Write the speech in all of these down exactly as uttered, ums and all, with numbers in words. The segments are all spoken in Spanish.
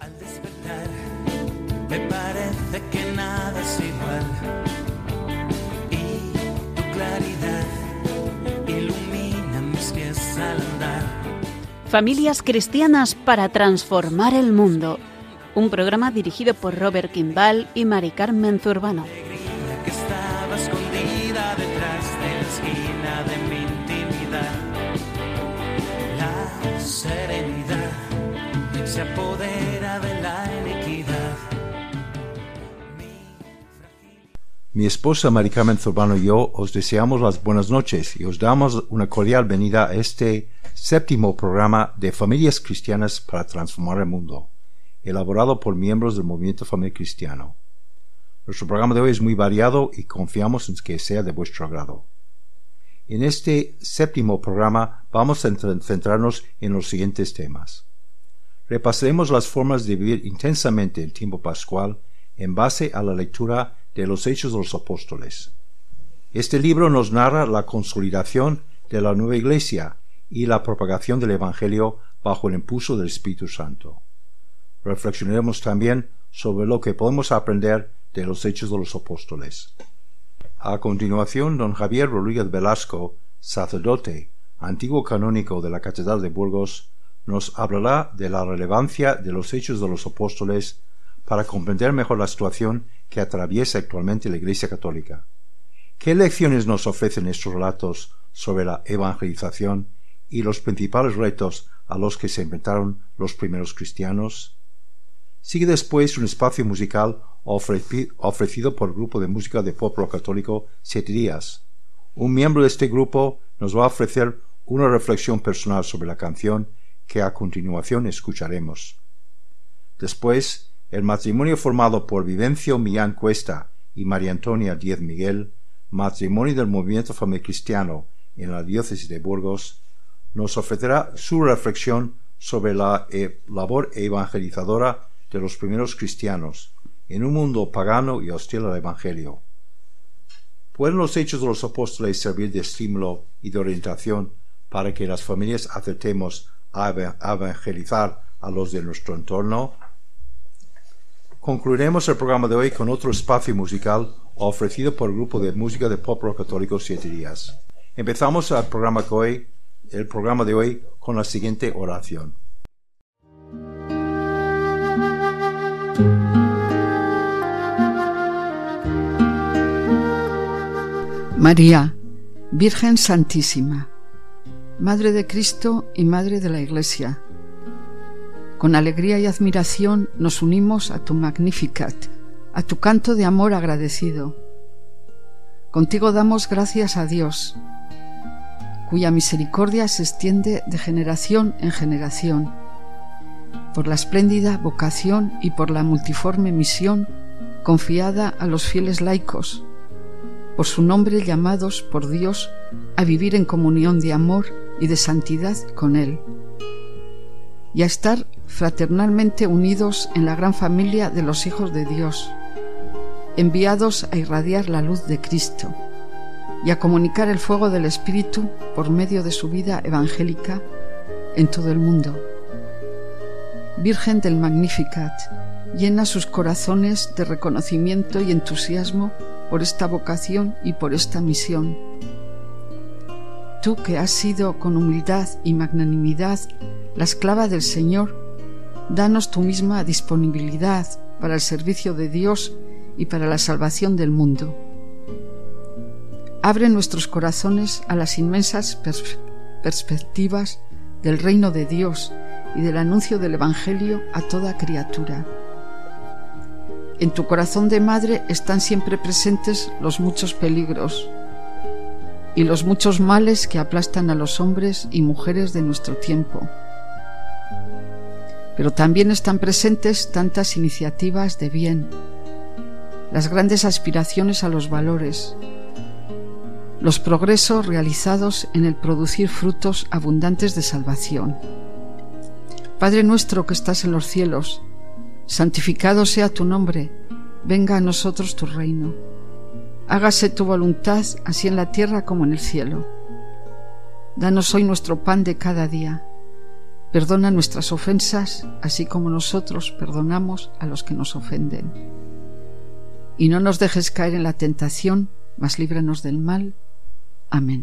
Al despertar, me parece que nada es igual. Y tu claridad ilumina mis pies al andar. Familias cristianas para transformar el mundo. Un programa dirigido por Robert Kimball y Mari Carmen Zurbano. Alegría que estaba escondida detrás de la esquina de mi intimidad. La serenidad se apodera de la iniquidad. Mi esposa Mari Carmen Zurbano y yo os deseamos las buenas noches y os damos una cordial bienvenida a este séptimo programa de Familias Cristianas para Transformar el Mundo, elaborado por miembros del Movimiento Familiar Cristiano. Nuestro programa de hoy es muy variado y confiamos en que sea de vuestro agrado. En este séptimo programa vamos a centrarnos en los siguientes temas. Repasaremos las formas de vivir intensamente el tiempo pascual en base a la lectura de los Hechos de los Apóstoles. Este libro nos narra la consolidación de la nueva Iglesia y la propagación del Evangelio bajo el impulso del Espíritu Santo. Reflexionaremos también sobre lo que podemos aprender de los Hechos de los Apóstoles. A continuación, don Javier Rodríguez Velasco, sacerdote, antiguo canónigo de la Catedral de Burgos, nos hablará de la relevancia de los Hechos de los Apóstoles para comprender mejor la situación que atraviesa actualmente la Iglesia Católica. ¿Qué lecciones nos ofrecen estos relatos sobre la evangelización y los principales retos a los que se enfrentaron los primeros cristianos? Sigue después un espacio musical ofreci- ofrecido por el grupo de música de pop rock católico Siete Días. Un miembro de este grupo nos va a ofrecer una reflexión personal sobre la canción que a continuación escucharemos. Después, el matrimonio formado por Vivencio Millán Cuesta y María Antonia Díez Miguel, matrimonio del Movimiento Familiar Cristiano en la diócesis de Burgos, nos ofrecerá su reflexión sobre la eh, labor evangelizadora de los primeros cristianos en un mundo pagano y hostil al Evangelio. ¿Pueden los Hechos de los Apóstoles servir de estímulo y de orientación para que las familias acertemos a evangelizar a los de nuestro entorno? Concluiremos el programa de hoy con otro espacio musical ofrecido por el grupo de música de pop rock católico Siete Días. Empezamos el programa de hoy, el programa de hoy con la siguiente oración. María, Virgen Santísima, Madre de Cristo y Madre de la Iglesia, con alegría y admiración nos unimos a tu Magnificat, a tu canto de amor agradecido. Contigo damos gracias a Dios, cuya misericordia se extiende de generación en generación, por la espléndida vocación y por la multiforme misión confiada a los fieles laicos, por su nombre llamados por Dios a vivir en comunión de amor y de santidad con Él, y a estar fraternalmente unidos en la gran familia de los hijos de Dios, enviados a irradiar la luz de Cristo y a comunicar el fuego del Espíritu por medio de su vida evangélica en todo el mundo. Virgen del Magnificat, llena sus corazones de reconocimiento y entusiasmo por esta vocación y por esta misión. Tú que has sido con humildad y magnanimidad la esclava del Señor, danos tu misma disponibilidad para el servicio de Dios y para la salvación del mundo. Abre nuestros corazones a las inmensas pers- perspectivas del reino de Dios y del anuncio del Evangelio a toda criatura. En tu corazón de madre están siempre presentes los muchos peligros y los muchos males que aplastan a los hombres y mujeres de nuestro tiempo. Pero también están presentes tantas iniciativas de bien, las grandes aspiraciones a los valores, los progresos realizados en el producir frutos abundantes de salvación. Padre nuestro que estás en los cielos, santificado sea tu nombre, venga a nosotros tu reino. Hágase tu voluntad, así en la tierra como en el cielo. Danos hoy nuestro pan de cada día. Perdona nuestras ofensas, así como nosotros perdonamos a los que nos ofenden. Y no nos dejes caer en la tentación, mas líbranos del mal. Amén.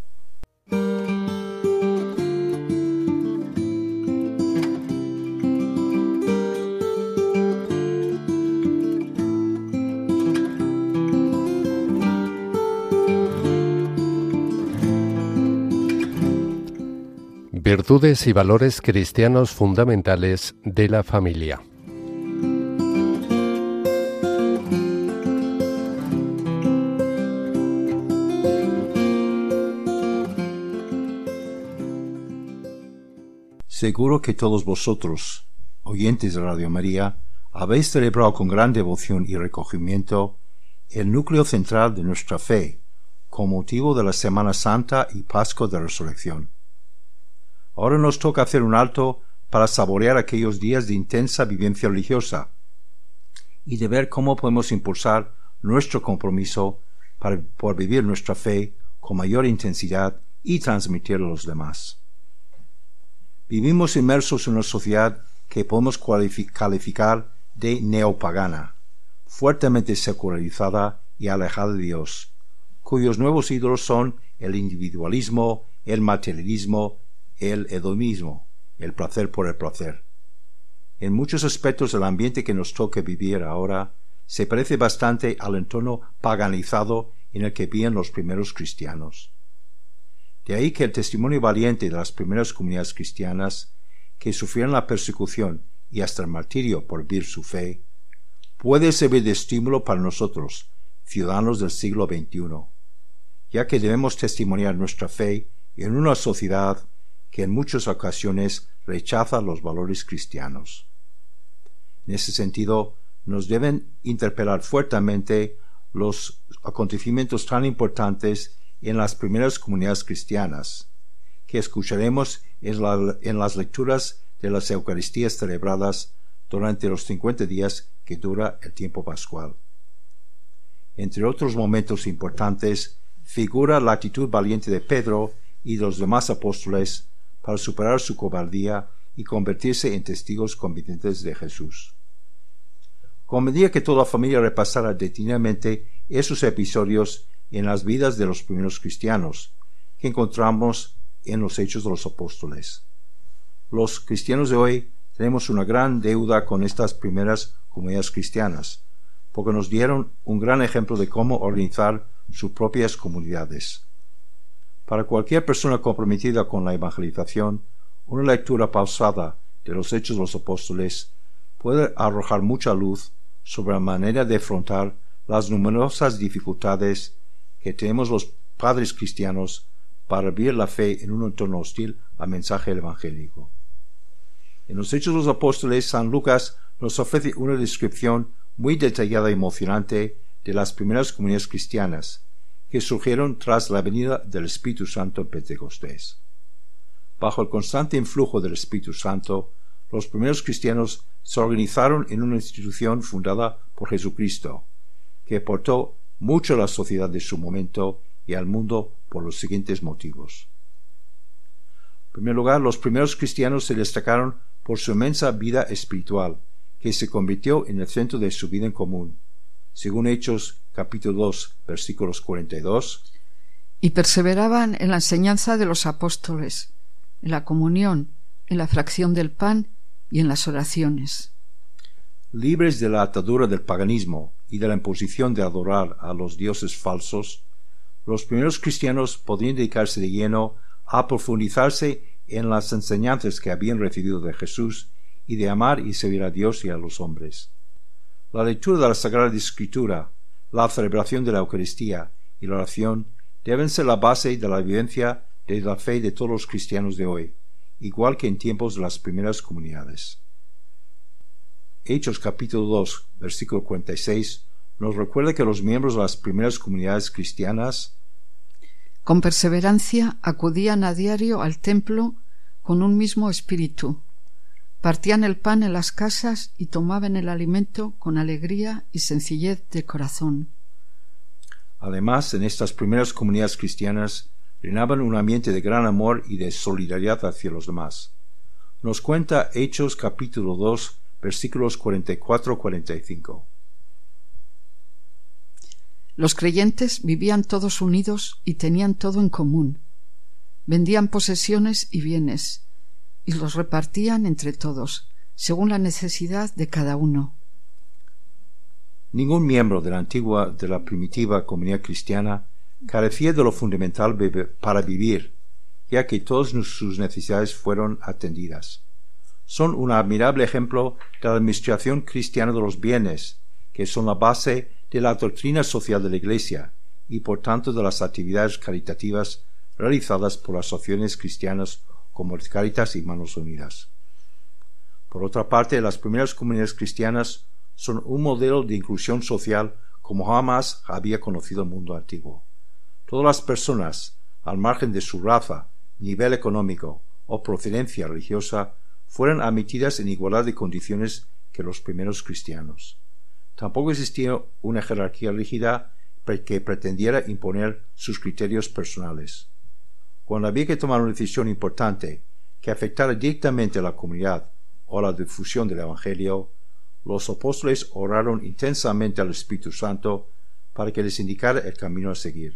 Virtudes y valores cristianos fundamentales de la familia. Seguro que todos vosotros, oyentes de Radio María, habéis celebrado con gran devoción y recogimiento el núcleo central de nuestra fe, con motivo de la Semana Santa y Pascua de Resurrección. Ahora nos toca hacer un alto para saborear aquellos días de intensa vivencia religiosa y de ver cómo podemos impulsar nuestro compromiso para, por vivir nuestra fe con mayor intensidad y transmitirla a los demás. Vivimos inmersos en una sociedad que podemos calificar de neopagana, fuertemente secularizada y alejada de Dios, cuyos nuevos ídolos son el individualismo, el materialismo, el hedonismo, el placer por el placer. En muchos aspectos el ambiente que nos toca vivir ahora se parece bastante al entorno paganizado en el que vivían los primeros cristianos. De ahí que el testimonio valiente de las primeras comunidades cristianas, que sufrieron la persecución y hasta el martirio por vivir su fe, puede servir de estímulo para nosotros, ciudadanos del siglo veintiuno, ya que debemos testimoniar nuestra fe en una sociedad que en muchas ocasiones rechaza los valores cristianos. En ese sentido, nos deben interpelar fuertemente los acontecimientos tan importantes en las primeras comunidades cristianas, que escucharemos en, la, en las lecturas de las Eucaristías celebradas durante los cincuenta días que dura el tiempo pascual. Entre otros momentos importantes, figura la actitud valiente de Pedro y de los demás apóstoles para superar su cobardía y convertirse en testigos convincentes de Jesús. Convendría que toda la familia repasara detenidamente esos episodios en las vidas de los primeros cristianos, que encontramos en los Hechos de los Apóstoles. Los cristianos de hoy tenemos una gran deuda con estas primeras comunidades cristianas, porque nos dieron un gran ejemplo de cómo organizar sus propias comunidades. Para cualquier persona comprometida con la evangelización, una lectura pausada de los Hechos de los Apóstoles puede arrojar mucha luz sobre la manera de afrontar las numerosas dificultades que tenemos los padres cristianos para vivir la fe en un entorno hostil al mensaje evangélico. En los Hechos de los Apóstoles, San Lucas nos ofrece una descripción muy detallada y emocionante de las primeras comunidades cristianas, que surgieron tras la venida del Espíritu Santo en Pentecostés. Bajo el constante influjo del Espíritu Santo, los primeros cristianos se organizaron en una institución fundada por Jesucristo, que aportó mucho a la sociedad de su momento y al mundo por los siguientes motivos. En primer lugar, los primeros cristianos se destacaron por su inmensa vida espiritual, que se convirtió en el centro de su vida en común, según Hechos capítulo dos, versículos cuarenta y dos. Y perseveraban en la enseñanza de los apóstoles, en la comunión, en la fracción del pan y en las oraciones. Libres de la atadura del paganismo y de la imposición de adorar a los dioses falsos, los primeros cristianos podían dedicarse de lleno a profundizarse en las enseñanzas que habían recibido de Jesús y de amar y servir a Dios y a los hombres. La lectura de la Sagrada Escritura, la celebración de la Eucaristía y la oración deben ser la base de la vivencia de la fe de todos los cristianos de hoy, igual que en tiempos de las primeras comunidades. Hechos capítulo dos, versículo cuarenta y seis, nos recuerda que los miembros de las primeras comunidades cristianas con perseverancia acudían a diario al templo con un mismo espíritu, partían el pan en las casas y tomaban el alimento con alegría y sencillez de corazón. Además, en estas primeras comunidades cristianas reinaban un ambiente de gran amor y de solidaridad hacia los demás. Nos cuenta Hechos capítulo dos, versículos cuarenta y cuatro a cuarenta y cinco. Los creyentes vivían todos unidos y tenían todo en común. Vendían posesiones y bienes y los repartían entre todos, según la necesidad de cada uno. Ningún miembro de la antigua, de la primitiva comunidad cristiana carecía de lo fundamental para vivir, ya que todas sus necesidades fueron atendidas. Son un admirable ejemplo de la administración cristiana de los bienes, que son la base de la doctrina social de la Iglesia y por tanto de las actividades caritativas realizadas por las asociaciones cristianas como Caritas y Manos Unidas. Por otra parte, las primeras comunidades cristianas son un modelo de inclusión social como jamás había conocido el mundo antiguo. Todas las personas, al margen de su raza, nivel económico o procedencia religiosa, fueron admitidas en igualdad de condiciones que los primeros cristianos. Tampoco existía una jerarquía rígida que pretendiera imponer sus criterios personales. Cuando había que tomar una decisión importante que afectara directamente a la comunidad o a la difusión del Evangelio, los apóstoles oraron intensamente al Espíritu Santo para que les indicara el camino a seguir.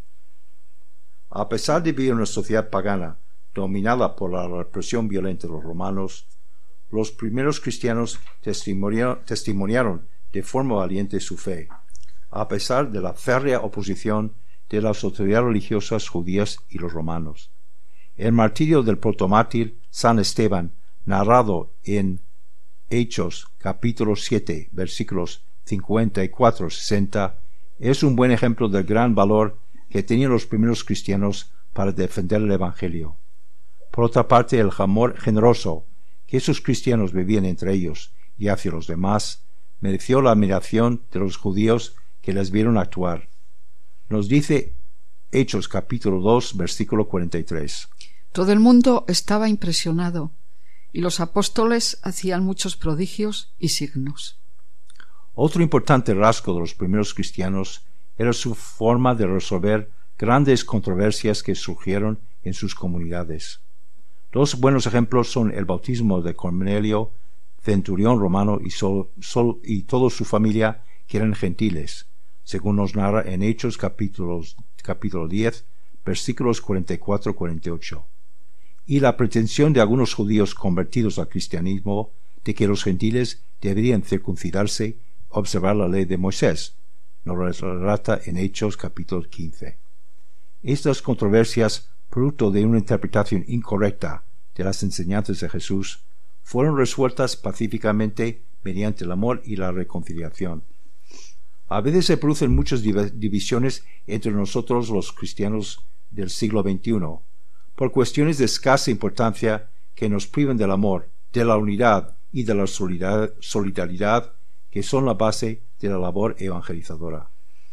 A pesar de vivir en una sociedad pagana dominada por la represión violenta de los romanos, los primeros cristianos testimoniaron, testimoniaron de forma valiente su fe, a pesar de la férrea oposición de las autoridades religiosas judías y los romanos. El martirio del protomártir San Esteban, narrado en Hechos capítulo siete, versículos cincuenta y cuatro a sesenta, es un buen ejemplo del gran valor que tenían los primeros cristianos para defender el Evangelio. Por otra parte, el amor generoso que esos cristianos vivían entre ellos y hacia los demás mereció la admiración de los judíos que les vieron actuar. Nos dice Hechos capítulo dos, versículo cuarenta y tres. Todo el mundo estaba impresionado y los apóstoles hacían muchos prodigios y signos. Otro importante rasgo de los primeros cristianos era su forma de resolver grandes controversias que surgieron en sus comunidades. Dos buenos ejemplos son el bautismo de Cornelio, centurión romano, y, sol, sol, y toda su familia, que eran gentiles, según nos narra en Hechos capítulos, capítulo diez, versículos cuarenta y cuatro a cuarenta y ocho. Y la pretensión de algunos judíos convertidos al cristianismo de que los gentiles deberían circuncidarse, observar la ley de Moisés, nos relata en Hechos capítulo quince. Estas controversias, producto de una interpretación incorrecta de las enseñanzas de Jesús, fueron resueltas pacíficamente mediante el amor y la reconciliación. A veces se producen muchas divisiones entre nosotros los cristianos del siglo veintiuno, por cuestiones de escasa importancia que nos privan del amor, de la unidad y de la solidaridad que son la base de la labor evangelizadora.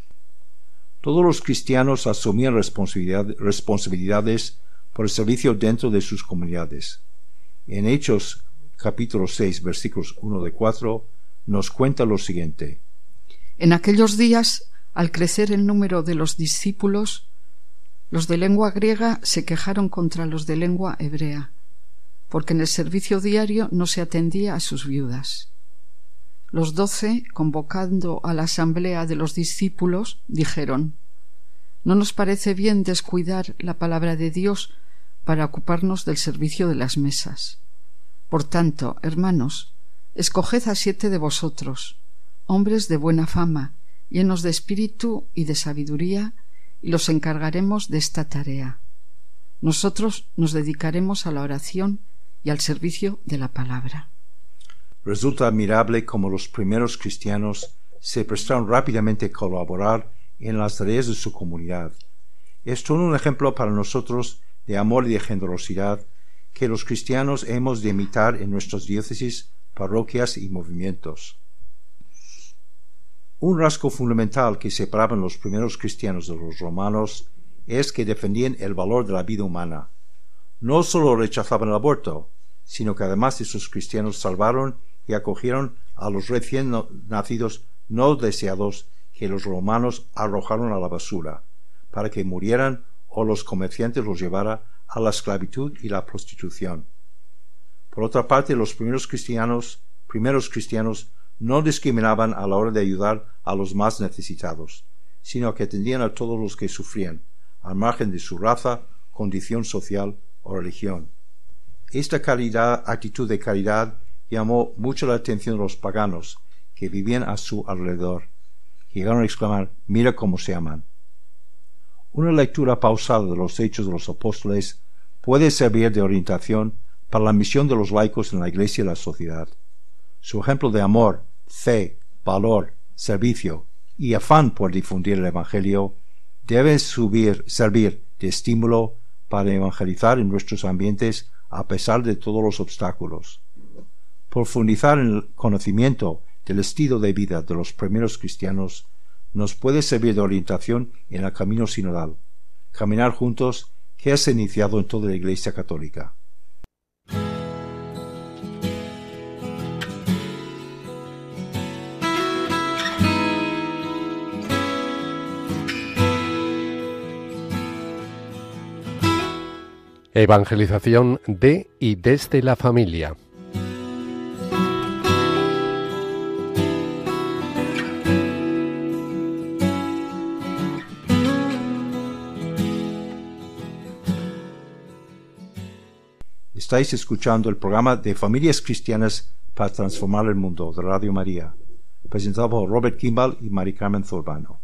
Todos los cristianos asumían responsabilidad, responsabilidades por el servicio dentro de sus comunidades. En Hechos capítulo seis, versículos uno de cuatro, nos cuenta lo siguiente. En aquellos días, al crecer el número de los discípulos, los de lengua griega se quejaron contra los de lengua hebrea, porque en el servicio diario no se atendía a sus viudas. Los doce, convocando a la asamblea de los discípulos, dijeron: «¿No nos parece bien descuidar la palabra de Dios para ocuparnos del servicio de las mesas? Por tanto, hermanos, escoged a siete de vosotros, hombres de buena fama, llenos de espíritu y de sabiduría, y los encargaremos de esta tarea. Nosotros nos dedicaremos a la oración y al servicio de la palabra». Resulta admirable cómo los primeros cristianos se prestaron rápidamente a colaborar en las tareas de su comunidad. Es todo un ejemplo para nosotros de amor y de generosidad que los cristianos hemos de imitar en nuestras diócesis, parroquias y movimientos. Un rasgo fundamental que separaba los primeros cristianos de los romanos es que defendían el valor de la vida humana. No solo rechazaban el aborto, sino que además esos cristianos salvaron y acogieron a los recién nacidos no deseados que los romanos arrojaron a la basura, para que murieran o los comerciantes los llevaran a la esclavitud y la prostitución. Por otra parte, los primeros cristianos, primeros cristianos no discriminaban a la hora de ayudar a los más necesitados, sino que atendían a todos los que sufrían, al margen de su raza, condición social o religión. Esta caridad, actitud de caridad llamó mucho la atención de los paganos que vivían a su alrededor. Llegaron a exclamar: «Mira cómo se aman». Una lectura pausada de los Hechos de los Apóstoles puede servir de orientación para la misión de los laicos en la Iglesia y la sociedad. Su ejemplo de amor, fe, valor, servicio y afán por difundir el Evangelio debe subir, servir de estímulo para evangelizar en nuestros ambientes a pesar de todos los obstáculos. Profundizar en el conocimiento del estilo de vida de los primeros cristianos nos puede servir de orientación en el camino sinodal, caminar juntos que es iniciado en toda la Iglesia Católica. Evangelización de y desde la familia. Estáis escuchando el programa de Familias Cristianas para Transformar el Mundo de Radio María, presentado por Robert Kimball y Mari Carmen Zurbano.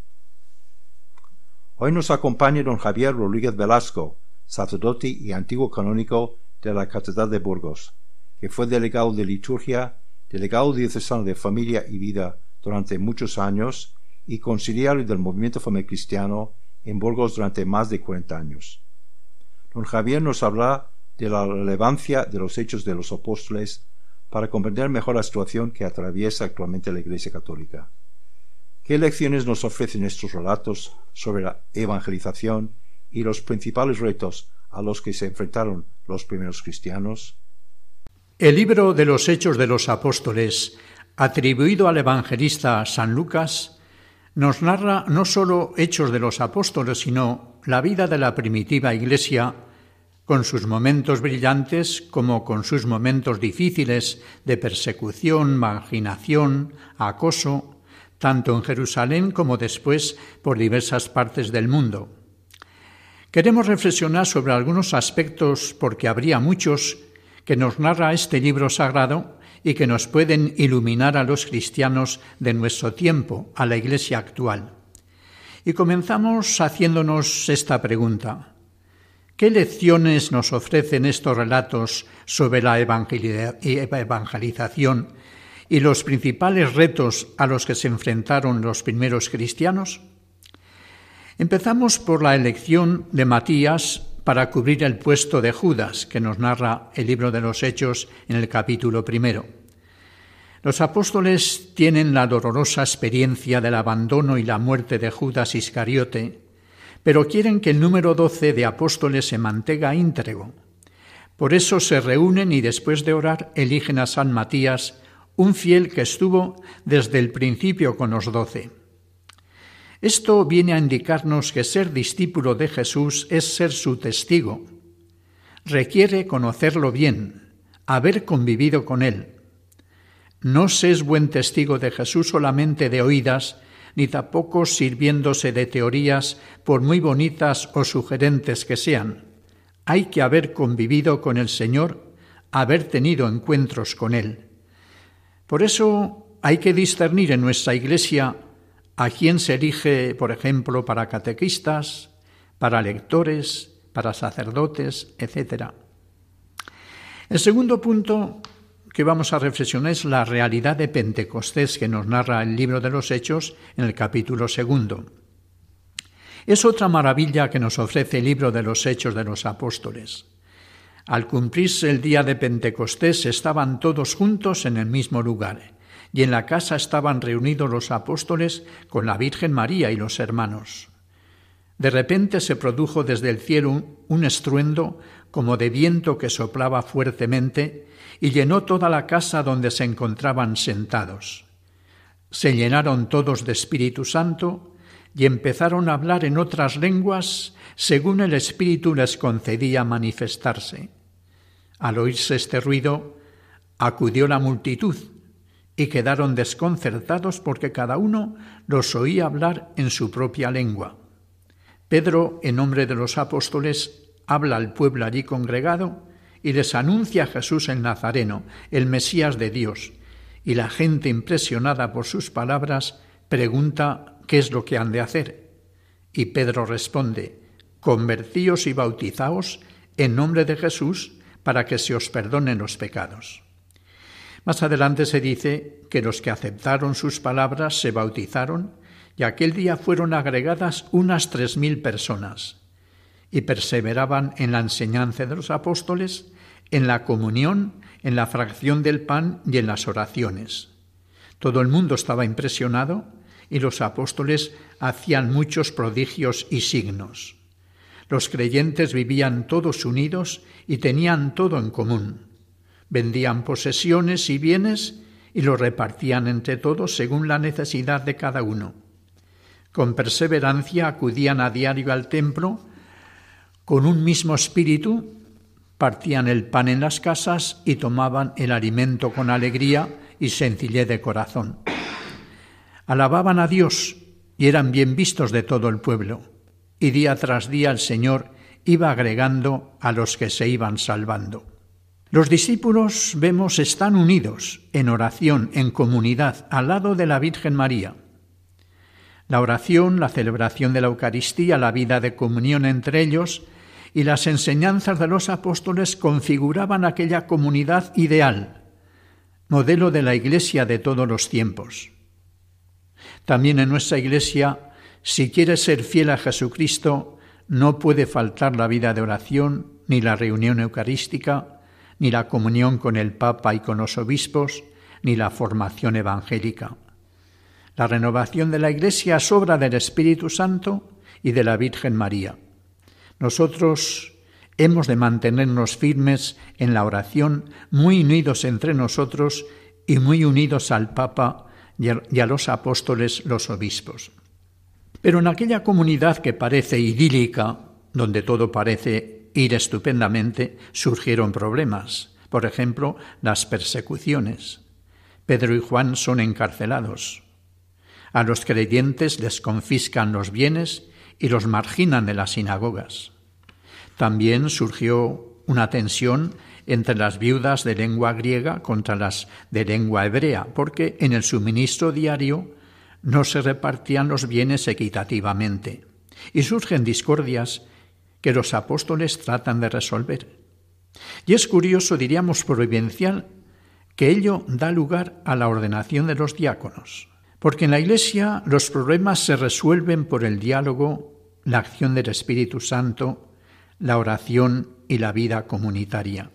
Hoy nos acompaña don Javier Rodríguez Velasco, sacerdote y antiguo canónigo de la Catedral de Burgos, que fue delegado de liturgia, delegado diocesano de familia y vida durante muchos años y conciliario del movimiento familiar cristiano en Burgos durante más de cuarenta años. Don Javier nos habla de la relevancia de los Hechos de los Apóstoles para comprender mejor la situación que atraviesa actualmente la Iglesia Católica. ¿Qué lecciones nos ofrecen estos relatos sobre la evangelización y los principales retos a los que se enfrentaron los primeros cristianos? El libro de los Hechos de los Apóstoles, atribuido al evangelista San Lucas, nos narra no solo hechos de los apóstoles, sino la vida de la primitiva Iglesia, con sus momentos brillantes como con sus momentos difíciles de persecución, marginación, acoso, tanto en Jerusalén como después por diversas partes del mundo. Queremos reflexionar sobre algunos aspectos, porque habría muchos, que nos narra este libro sagrado y que nos pueden iluminar a los cristianos de nuestro tiempo, a la Iglesia actual. Y comenzamos haciéndonos esta pregunta: ¿qué lecciones nos ofrecen estos relatos sobre la evangelización y los principales retos a los que se enfrentaron los primeros cristianos? Empezamos por la elección de Matías para cubrir el puesto de Judas, que nos narra el libro de los Hechos en el capítulo primero. Los apóstoles tienen la dolorosa experiencia del abandono y la muerte de Judas Iscariote, pero quieren que el número doce de apóstoles se mantenga íntegro. Por eso se reúnen y después de orar eligen a San Matías, un fiel que estuvo desde el principio con los doce. Esto viene a indicarnos que ser discípulo de Jesús es ser su testigo. Requiere conocerlo bien, haber convivido con él. No se es buen testigo de Jesús solamente de oídas, ni tampoco sirviéndose de teorías por muy bonitas o sugerentes que sean. Hay que haber convivido con el Señor, haber tenido encuentros con Él. Por eso hay que discernir en nuestra Iglesia a quién se elige, por ejemplo, para catequistas, para lectores, para sacerdotes, etcétera. El segundo punto que vamos a reflexionar es la realidad de Pentecostés que nos narra el libro de los Hechos en el capítulo segundo. Es otra maravilla que nos ofrece el libro de los Hechos de los Apóstoles. Al cumplirse el día de Pentecostés estaban todos juntos en el mismo lugar, y en la casa estaban reunidos los apóstoles con la Virgen María y los hermanos. De repente se produjo desde el cielo un estruendo como de viento que soplaba fuertemente y llenó toda la casa donde se encontraban sentados. Se llenaron todos de Espíritu Santo y empezaron a hablar en otras lenguas según el Espíritu les concedía manifestarse. Al oírse este ruido, acudió la multitud y quedaron desconcertados porque cada uno los oía hablar en su propia lengua. Pedro, en nombre de los apóstoles, habla al pueblo allí congregado y les anuncia a Jesús el Nazareno, el Mesías de Dios, y la gente, impresionada por sus palabras, pregunta qué es lo que han de hacer. Y Pedro responde: convertíos y bautizaos en nombre de Jesús para que se os perdonen los pecados. Más adelante se dice que los que aceptaron sus palabras se bautizaron y aquel día fueron agregadas unas tres mil personas y perseveraban en la enseñanza de los apóstoles, en la comunión, en la fracción del pan y en las oraciones. Todo el mundo estaba impresionado y los apóstoles hacían muchos prodigios y signos. Los creyentes vivían todos unidos y tenían todo en común. Vendían posesiones y bienes y los repartían entre todos según la necesidad de cada uno. Con perseverancia acudían a diario al templo, con un mismo espíritu, partían el pan en las casas y tomaban el alimento con alegría y sencillez de corazón. Alababan a Dios y eran bien vistos de todo el pueblo, y día tras día el Señor iba agregando a los que se iban salvando. Los discípulos, vemos, están unidos en oración, en comunidad, al lado de la Virgen María. La oración, la celebración de la Eucaristía, la vida de comunión entre ellos y las enseñanzas de los apóstoles configuraban aquella comunidad ideal, modelo de la Iglesia de todos los tiempos. También en nuestra Iglesia, si quiere ser fiel a Jesucristo, no puede faltar la vida de oración, ni la reunión eucarística, ni la comunión con el Papa y con los obispos, ni la formación evangélica. La renovación de la Iglesia es obra del Espíritu Santo y de la Virgen María. Nosotros hemos de mantenernos firmes en la oración, muy unidos entre nosotros y muy unidos al Papa y a los apóstoles, los obispos. Pero en aquella comunidad que parece idílica, donde todo parece ir estupendamente, surgieron problemas. Por ejemplo, las persecuciones. Pedro y Juan son encarcelados. A los creyentes les confiscan los bienes y los marginan de las sinagogas. También surgió una tensión entre las viudas de lengua griega contra las de lengua hebrea, porque en el suministro diario no se repartían los bienes equitativamente. Y surgen discordias que los apóstoles tratan de resolver. Y es curioso, diríamos providencial, que ello da lugar a la ordenación de los diáconos, porque en la Iglesia los problemas se resuelven por el diálogo, la acción del Espíritu Santo, la oración y la vida comunitaria.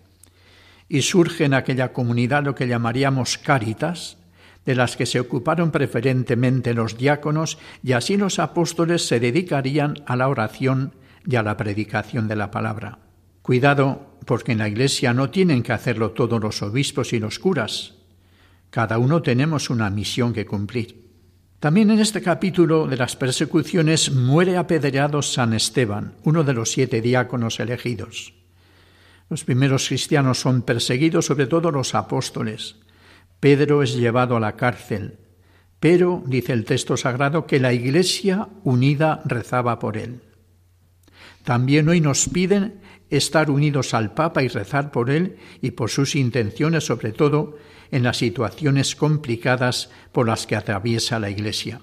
Y surge en aquella comunidad lo que llamaríamos cáritas, de las que se ocuparon preferentemente los diáconos, y así los apóstoles se dedicarían a la oración y a la predicación de la palabra. Cuidado, porque en la Iglesia no tienen que hacerlo todos los obispos y los curas. Cada uno tenemos una misión que cumplir. También en este capítulo de las persecuciones muere apedreado San Esteban, uno de los siete diáconos elegidos. Los primeros cristianos son perseguidos, sobre todo los apóstoles. Pedro es llevado a la cárcel, pero, dice el texto sagrado, que la Iglesia unida rezaba por él. También hoy nos piden estar unidos al Papa y rezar por él y por sus intenciones, sobre todo en las situaciones complicadas por las que atraviesa la Iglesia.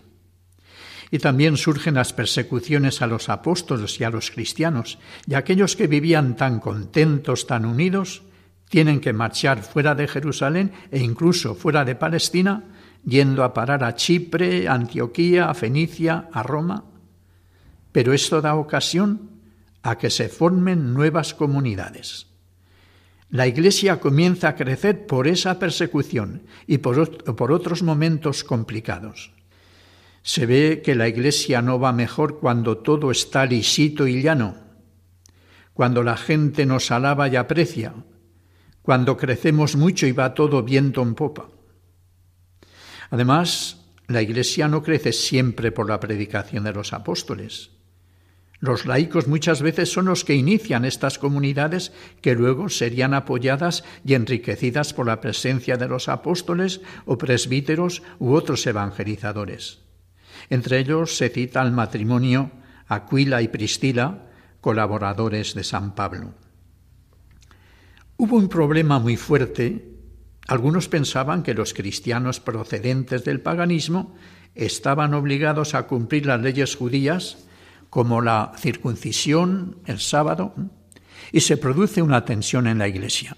Y también surgen las persecuciones a los apóstoles y a los cristianos, y aquellos que vivían tan contentos, tan unidos, tienen que marchar fuera de Jerusalén e incluso fuera de Palestina, yendo a parar a Chipre, a Antioquía, a Fenicia, a Roma. Pero esto da ocasión a que se formen nuevas comunidades. La Iglesia comienza a crecer por esa persecución y por, por otros momentos complicados. Se ve que la Iglesia no va mejor cuando todo está lisito y llano, cuando la gente nos alaba y aprecia, cuando crecemos mucho y va todo viento en popa. Además, la Iglesia no crece siempre por la predicación de los apóstoles. Los laicos muchas veces son los que inician estas comunidades que luego serían apoyadas y enriquecidas por la presencia de los apóstoles o presbíteros u otros evangelizadores. Entre ellos se cita el matrimonio Aquila y Priscila, colaboradores de San Pablo. Hubo un problema muy fuerte. Algunos pensaban que los cristianos procedentes del paganismo estaban obligados a cumplir las leyes judías, como la circuncisión, el sábado, y se produce una tensión en la Iglesia.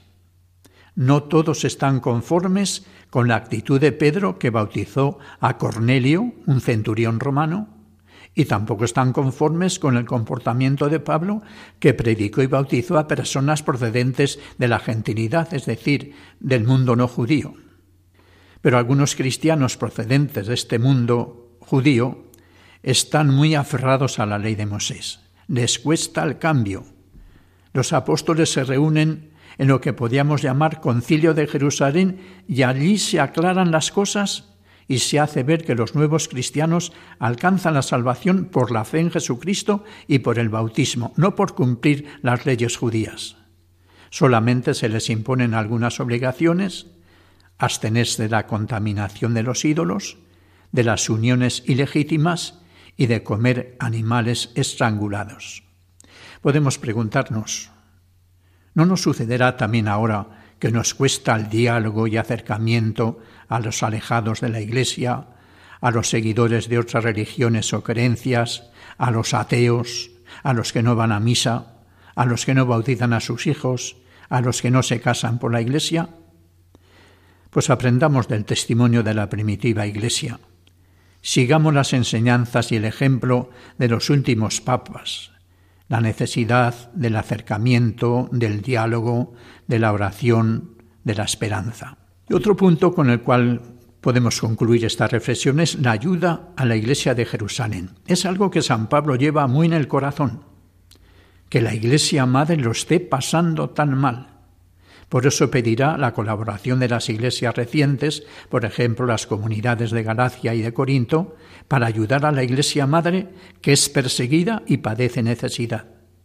No todos están conformes con la actitud de Pedro, que bautizó a Cornelio, un centurión romano, y tampoco están conformes con el comportamiento de Pablo, que predicó y bautizó a personas procedentes de la gentilidad, es decir, del mundo no judío. Pero algunos cristianos procedentes de este mundo judío están muy aferrados a la ley de Moisés. Les cuesta el cambio. Los apóstoles se reúnen en lo que podríamos llamar Concilio de Jerusalén y allí se aclaran las cosas y se hace ver que los nuevos cristianos alcanzan la salvación por la fe en Jesucristo y por el bautismo, no por cumplir las leyes judías. Solamente se les imponen algunas obligaciones: abstenerse de la contaminación de los ídolos, de las uniones ilegítimas y de comer animales estrangulados. Podemos preguntarnos, ¿no nos sucederá también ahora que nos cuesta el diálogo y acercamiento a los alejados de la Iglesia, a los seguidores de otras religiones o creencias, a los ateos, a los que no van a misa, a los que no bautizan a sus hijos, a los que no se casan por la Iglesia? Pues aprendamos del testimonio de la primitiva Iglesia. Sigamos las enseñanzas y el ejemplo de los últimos papas, la necesidad del acercamiento, del diálogo, de la oración, de la esperanza. Y otro punto con el cual podemos concluir esta reflexión es la ayuda a la Iglesia de Jerusalén. Es algo que San Pablo lleva muy en el corazón, que la Iglesia Madre lo esté pasando tan mal. Por eso pedirá la colaboración de las iglesias recientes, por ejemplo las comunidades de Galacia y de Corinto, para ayudar a la Iglesia Madre, que es perseguida y padece necesidad.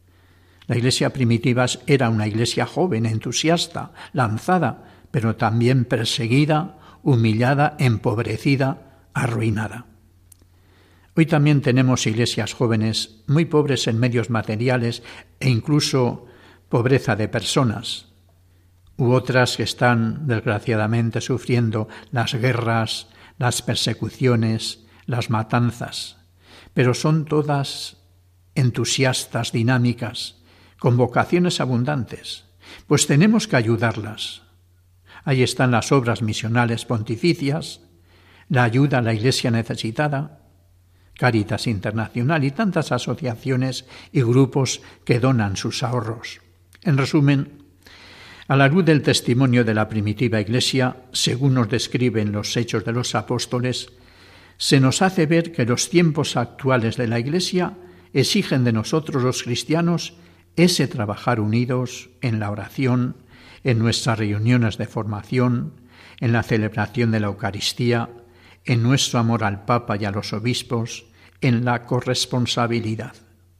La Iglesia primitiva era una iglesia joven, entusiasta, lanzada, pero también perseguida, humillada, empobrecida, arruinada. Hoy también tenemos iglesias jóvenes muy pobres en medios materiales e incluso pobreza de personas, u otras que están desgraciadamente sufriendo las guerras, las persecuciones, las matanzas, pero son todas entusiastas, dinámicas, con vocaciones abundantes, pues tenemos que ayudarlas. Ahí están las obras misionales pontificias, la ayuda a la Iglesia necesitada, Cáritas Internacional y tantas asociaciones y grupos que donan sus ahorros. En resumen, a la luz del testimonio de la primitiva Iglesia, según nos describen los Hechos de los Apóstoles, se nos hace ver que los tiempos actuales de la Iglesia exigen de nosotros los cristianos ese trabajar unidos en la oración, en nuestras reuniones de formación, en la celebración de la Eucaristía, en nuestro amor al Papa y a los obispos, en la corresponsabilidad.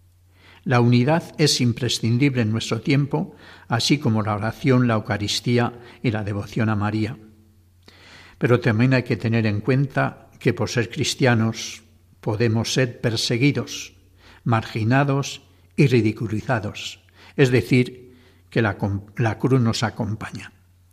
La unidad es imprescindible en nuestro tiempo, así como la oración, la Eucaristía y la devoción a María. Pero también hay que tener en cuenta que por ser cristianos podemos ser perseguidos, marginados y ridiculizados, es decir, que la, la cruz nos acompaña.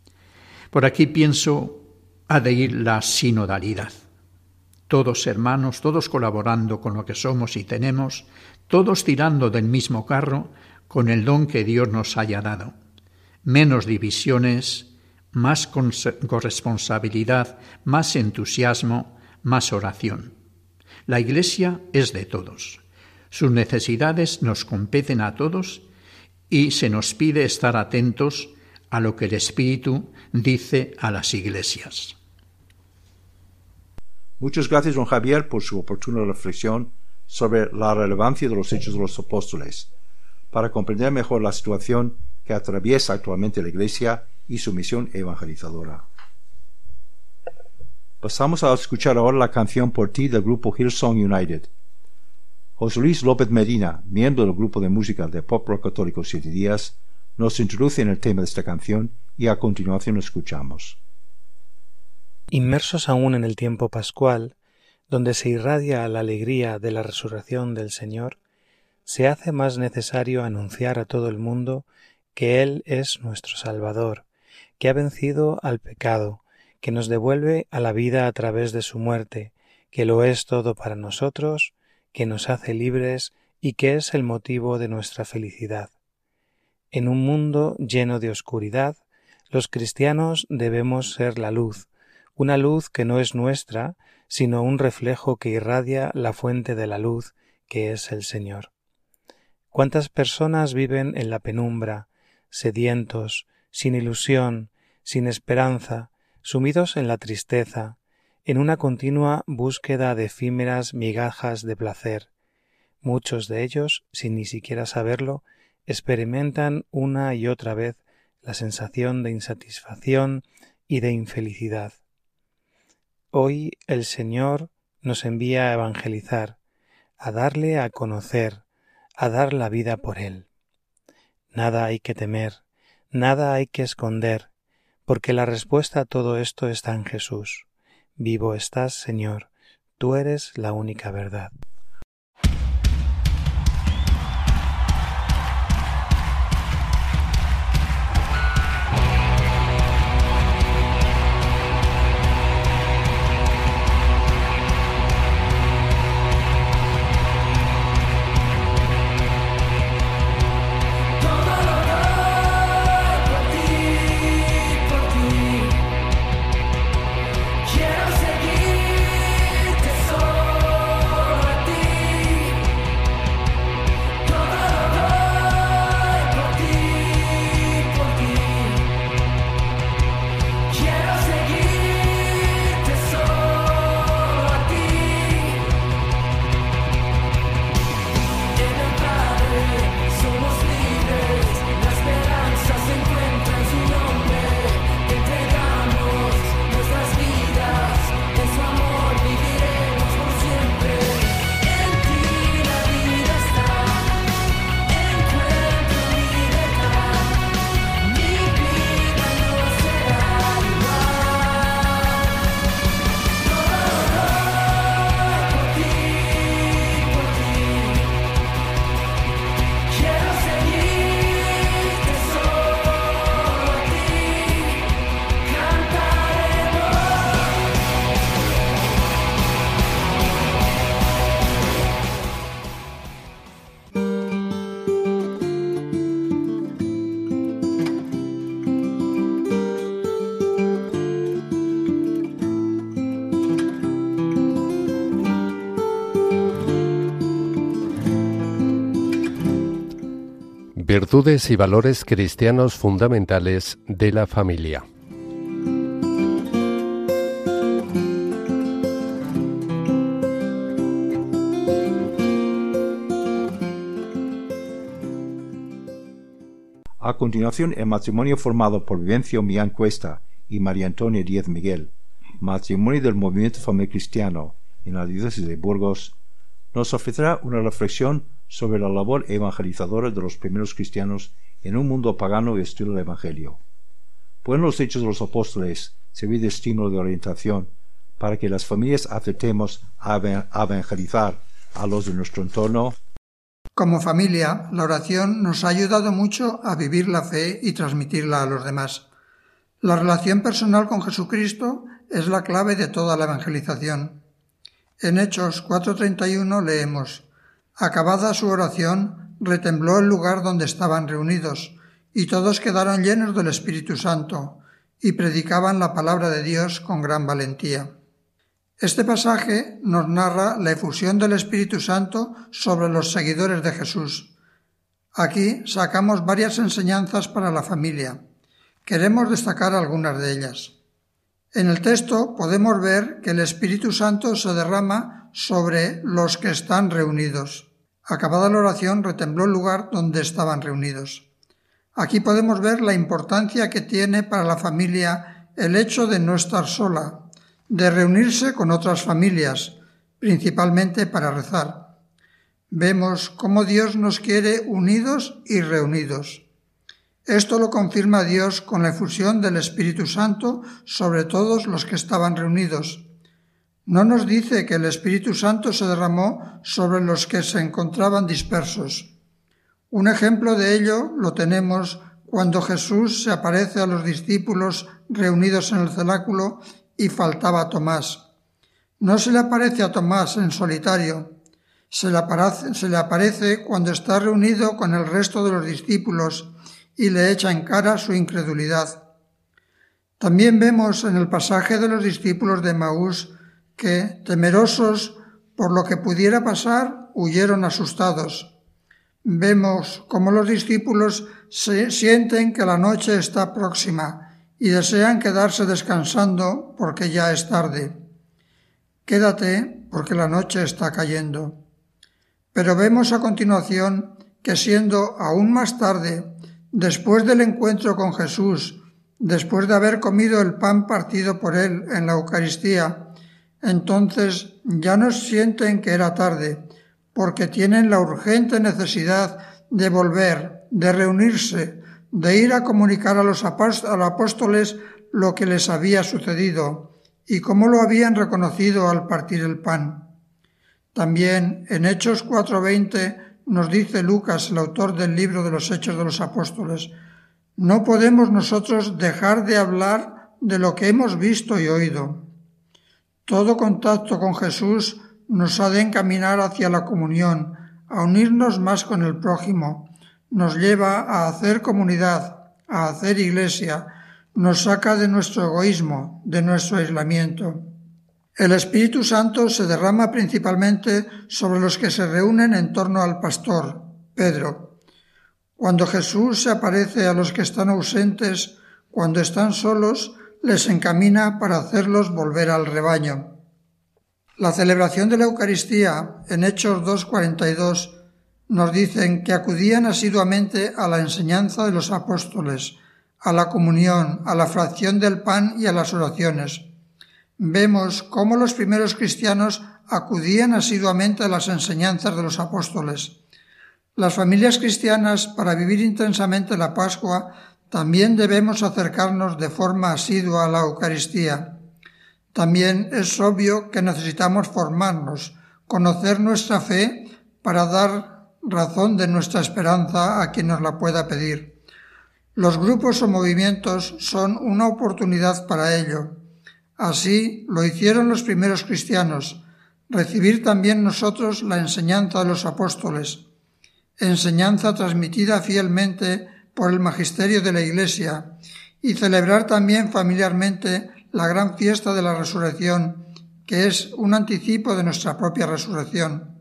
Por aquí pienso ha de ir la sinodalidad. Todos hermanos, todos colaborando con lo que somos y tenemos, todos tirando del mismo carro con el don que Dios nos haya dado. Menos divisiones, más corresponsabilidad, más entusiasmo, más oración. La Iglesia es de todos. Sus necesidades nos competen a todos y se nos pide estar atentos a lo que el Espíritu dice a las iglesias. Muchas gracias, don Javier, por su oportuna reflexión sobre la relevancia de los Hechos de los Apóstoles, para comprender mejor la situación que atraviesa actualmente la Iglesia y su misión evangelizadora. Pasamos a escuchar ahora la canción Por ti del grupo Hillsong United. José Luis López Medina, miembro del grupo de música de Pop Rock Católico Siete Días, nos introduce en el tema de esta canción y a continuación escuchamos. Inmersos aún en el tiempo pascual, donde se irradia la alegría de la resurrección del Señor, se hace más necesario anunciar a todo el mundo que Él es nuestro Salvador, que ha vencido al pecado, que nos devuelve a la vida a través de su muerte, que lo es todo para nosotros, que nos hace libres y que es el motivo de nuestra felicidad. En un mundo lleno de oscuridad, los cristianos debemos ser la luz, una luz que no es nuestra, sino un reflejo que irradia la fuente de la luz, que es el Señor. ¿Cuántas personas viven en la penumbra, sedientos, sin ilusión, sin esperanza, sumidos en la tristeza, en una continua búsqueda de efímeras migajas de placer? Muchos de ellos, sin ni siquiera saberlo, experimentan una y otra vez la sensación de insatisfacción y de infelicidad. Hoy el Señor nos envía a evangelizar, a darle a conocer, a dar la vida por Él. Nada hay que temer, nada hay que esconder, porque la respuesta a todo esto está en Jesús. Vivo estás, Señor, tú eres la única verdad. Virtudes y valores cristianos fundamentales de la familia. A continuación, el matrimonio formado por Vivencio Millán Cuesta y María Antonia Díaz Miguel, matrimonio del movimiento familiar cristiano en la diócesis de Burgos, nos ofrecerá una reflexión sobre la labor evangelizadora de los primeros cristianos en un mundo pagano y hostil al Evangelio. Pueden los Hechos de los Apóstoles servir de estímulo de orientación para que las familias acertemos a evangelizar a los de nuestro entorno. Como familia, la oración nos ha ayudado mucho a vivir la fe y transmitirla a los demás. La relación personal con Jesucristo es la clave de toda la evangelización. En Hechos cuatro treinta y uno leemos: acabada su oración, retembló el lugar donde estaban reunidos, y todos quedaron llenos del Espíritu Santo, y predicaban la palabra de Dios con gran valentía. Este pasaje nos narra la efusión del Espíritu Santo sobre los seguidores de Jesús. Aquí sacamos varias enseñanzas para la familia. Queremos destacar algunas de ellas. En el texto podemos ver que el Espíritu Santo se derrama sobre los que están reunidos. Acabada la oración, retembló el lugar donde estaban reunidos. Aquí podemos ver la importancia que tiene para la familia el hecho de no estar sola, de reunirse con otras familias, principalmente para rezar. Vemos cómo Dios nos quiere unidos y reunidos. Esto lo confirma Dios con la efusión del Espíritu Santo sobre todos los que estaban reunidos. No nos dice que el Espíritu Santo se derramó sobre los que se encontraban dispersos. Un ejemplo de ello lo tenemos cuando Jesús se aparece a los discípulos reunidos en el cenáculo y faltaba Tomás. No se le aparece a Tomás en solitario, se le aparece, se le aparece cuando está reunido con el resto de los discípulos y le echa en cara su incredulidad. También vemos en el pasaje de los discípulos de Emaús que, temerosos por lo que pudiera pasar, huyeron asustados. Vemos cómo los discípulos se sienten que la noche está próxima y desean quedarse descansando porque ya es tarde. Quédate porque la noche está cayendo. Pero vemos a continuación que siendo aún más tarde, después del encuentro con Jesús, después de haber comido el pan partido por él en la Eucaristía, entonces ya no sienten que era tarde, porque tienen la urgente necesidad de volver, de reunirse, de ir a comunicar a los apóstoles lo que les había sucedido y cómo lo habían reconocido al partir el pan. También en Hechos cuatro veinte nos dice Lucas, el autor del libro de los Hechos de los Apóstoles: no podemos nosotros dejar de hablar de lo que hemos visto y oído. Todo contacto con Jesús nos ha de encaminar hacia la comunión, a unirnos más con el prójimo, nos lleva a hacer comunidad, a hacer iglesia, nos saca de nuestro egoísmo, de nuestro aislamiento. El Espíritu Santo se derrama principalmente sobre los que se reúnen en torno al pastor, Pedro. Cuando Jesús se aparece a los que están ausentes, cuando están solos, les encamina para hacerlos volver al rebaño. La celebración de la Eucaristía en Hechos dos cuarenta y dos nos dicen que acudían asiduamente a la enseñanza de los apóstoles, a la comunión, a la fracción del pan y a las oraciones. Vemos cómo los primeros cristianos acudían asiduamente a las enseñanzas de los apóstoles. Las familias cristianas, para vivir intensamente la Pascua, también debemos acercarnos de forma asidua a la Eucaristía. También es obvio que necesitamos formarnos, conocer nuestra fe para dar razón de nuestra esperanza a quien nos la pueda pedir. Los grupos o movimientos son una oportunidad para ello. Así lo hicieron los primeros cristianos, recibir también nosotros la enseñanza de los apóstoles, enseñanza transmitida fielmente por el magisterio de la Iglesia, y celebrar también familiarmente la gran fiesta de la resurrección, que es un anticipo de nuestra propia resurrección.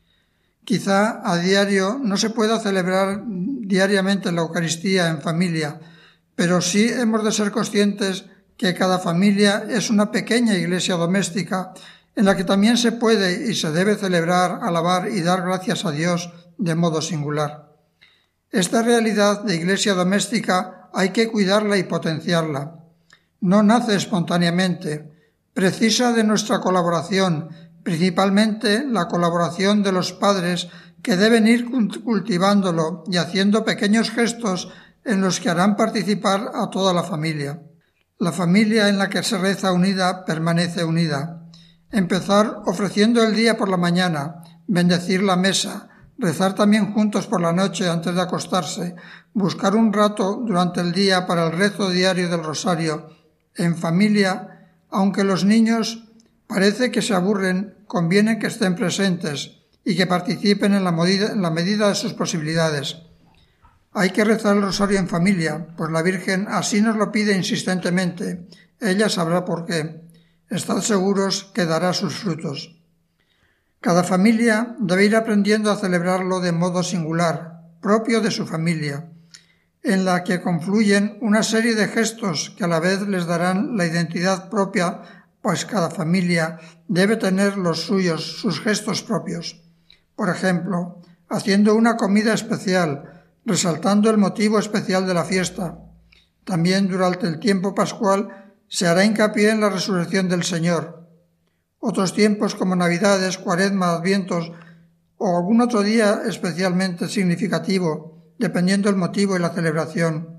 Quizá a diario no se pueda celebrar diariamente la Eucaristía en familia, pero sí hemos de ser conscientes que cada familia es una pequeña iglesia doméstica en la que también se puede y se debe celebrar, alabar y dar gracias a Dios de modo singular. Esta realidad de iglesia doméstica hay que cuidarla y potenciarla. No nace espontáneamente, precisa de nuestra colaboración, principalmente la colaboración de los padres que deben ir cultivándolo y haciendo pequeños gestos en los que harán participar a toda la familia. La familia en la que se reza unida permanece unida. Empezar ofreciendo el día por la mañana, bendecir la mesa, rezar también juntos por la noche antes de acostarse, buscar un rato durante el día para el rezo diario del rosario. En familia, aunque los niños parece que se aburren, conviene que estén presentes y que participen en la medida, en la medida de sus posibilidades. Hay que rezar el rosario en familia, pues la Virgen así nos lo pide insistentemente. Ella sabrá por qué. Estad seguros que dará sus frutos. Cada familia debe ir aprendiendo a celebrarlo de modo singular, propio de su familia, en la que confluyen una serie de gestos que a la vez les darán la identidad propia, pues cada familia debe tener los suyos, sus gestos propios. Por ejemplo, haciendo una comida especial, resaltando el motivo especial de la fiesta. También durante el tiempo pascual se hará hincapié en la resurrección del Señor. Otros tiempos como Navidades, Cuaresma, Advientos o algún otro día especialmente significativo, dependiendo del motivo y la celebración.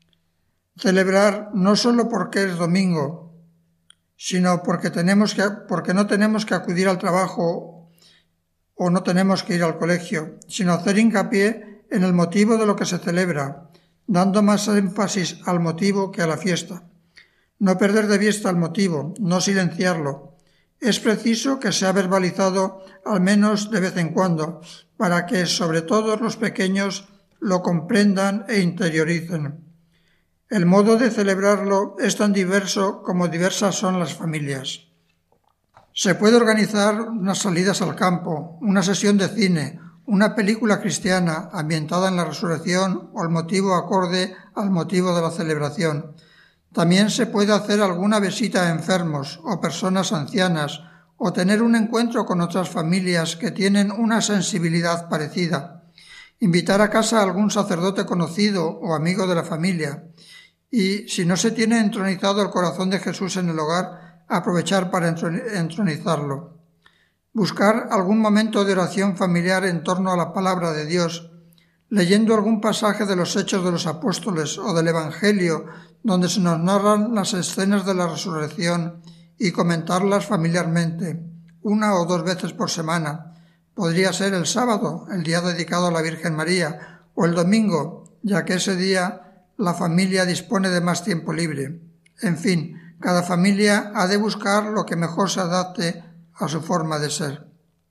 Celebrar no solo porque es domingo, sino porque, tenemos que, porque no tenemos que acudir al trabajo o no tenemos que ir al colegio, sino hacer hincapié en el motivo de lo que se celebra, dando más énfasis al motivo que a la fiesta. No perder de vista el motivo, no silenciarlo. Es preciso que sea verbalizado al menos de vez en cuando, para que sobre todo los pequeños lo comprendan e interioricen. El modo de celebrarlo es tan diverso como diversas son las familias. Se puede organizar unas salidas al campo, una sesión de cine, una película cristiana ambientada en la resurrección o el motivo acorde al motivo de la celebración. También se puede hacer alguna visita a enfermos o personas ancianas o tener un encuentro con otras familias que tienen una sensibilidad parecida. Invitar a casa a algún sacerdote conocido o amigo de la familia. Y, si no se tiene entronizado el corazón de Jesús en el hogar, aprovechar para entronizarlo. Buscar algún momento de oración familiar en torno a la palabra de Dios, leyendo algún pasaje de los Hechos de los Apóstoles o del Evangelio, donde se nos narran las escenas de la resurrección, y comentarlas familiarmente, una o dos veces por semana. Podría ser el sábado, el día dedicado a la Virgen María, o el domingo, ya que ese día la familia dispone de más tiempo libre. En fin, cada familia ha de buscar lo que mejor se adapte a su forma de ser.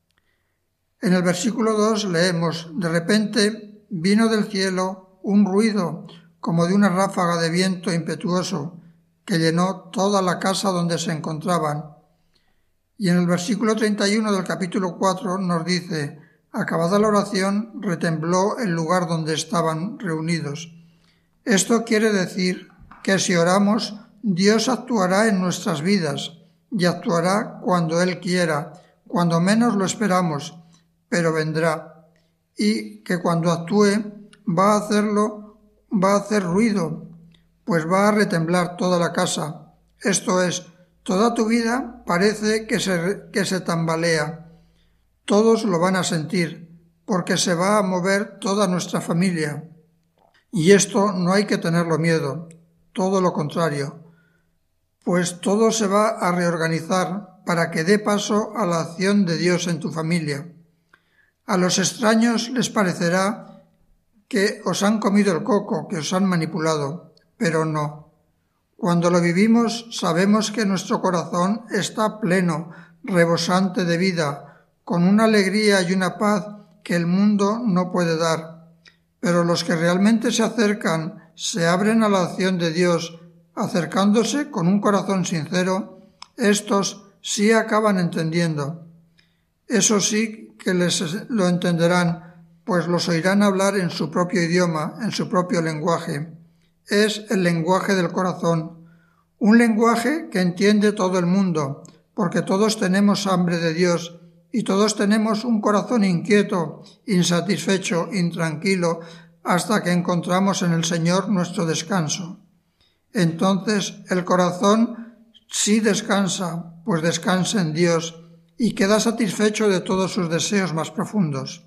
En el versículo dos leemos: de repente vino del cielo un ruido como de una ráfaga de viento impetuoso que llenó toda la casa donde se encontraban. Y en el versículo treinta y uno del capítulo cuatro nos dice: acabada la oración, retembló el lugar donde estaban reunidos. Esto quiere decir que si oramos, Dios actuará en nuestras vidas y actuará cuando Él quiera, cuando menos lo esperamos, pero vendrá. Y que cuando actúe va a hacerlo, va a hacer ruido, pues va a retemblar toda la casa. Esto es, toda tu vida parece que se, que se tambalea. Todos lo van a sentir, porque se va a mover toda nuestra familia. Y esto no hay que tenerlo miedo, todo lo contrario, pues todo se va a reorganizar para que dé paso a la acción de Dios en tu familia. A los extraños les parecerá que os han comido el coco, que os han manipulado, pero no. Cuando lo vivimos sabemos que nuestro corazón está pleno, rebosante de vida, con una alegría y una paz que el mundo no puede dar. Pero los que realmente se acercan, se abren a la acción de Dios, acercándose con un corazón sincero, estos sí acaban entendiendo. Eso sí que les lo entenderán, pues los oirán hablar en su propio idioma, en su propio lenguaje. Es el lenguaje del corazón, un lenguaje que entiende todo el mundo, porque todos tenemos hambre de Dios, y todos tenemos un corazón inquieto, insatisfecho, intranquilo, hasta que encontramos en el Señor nuestro descanso. Entonces el corazón sí descansa, pues descansa en Dios, y queda satisfecho de todos sus deseos más profundos.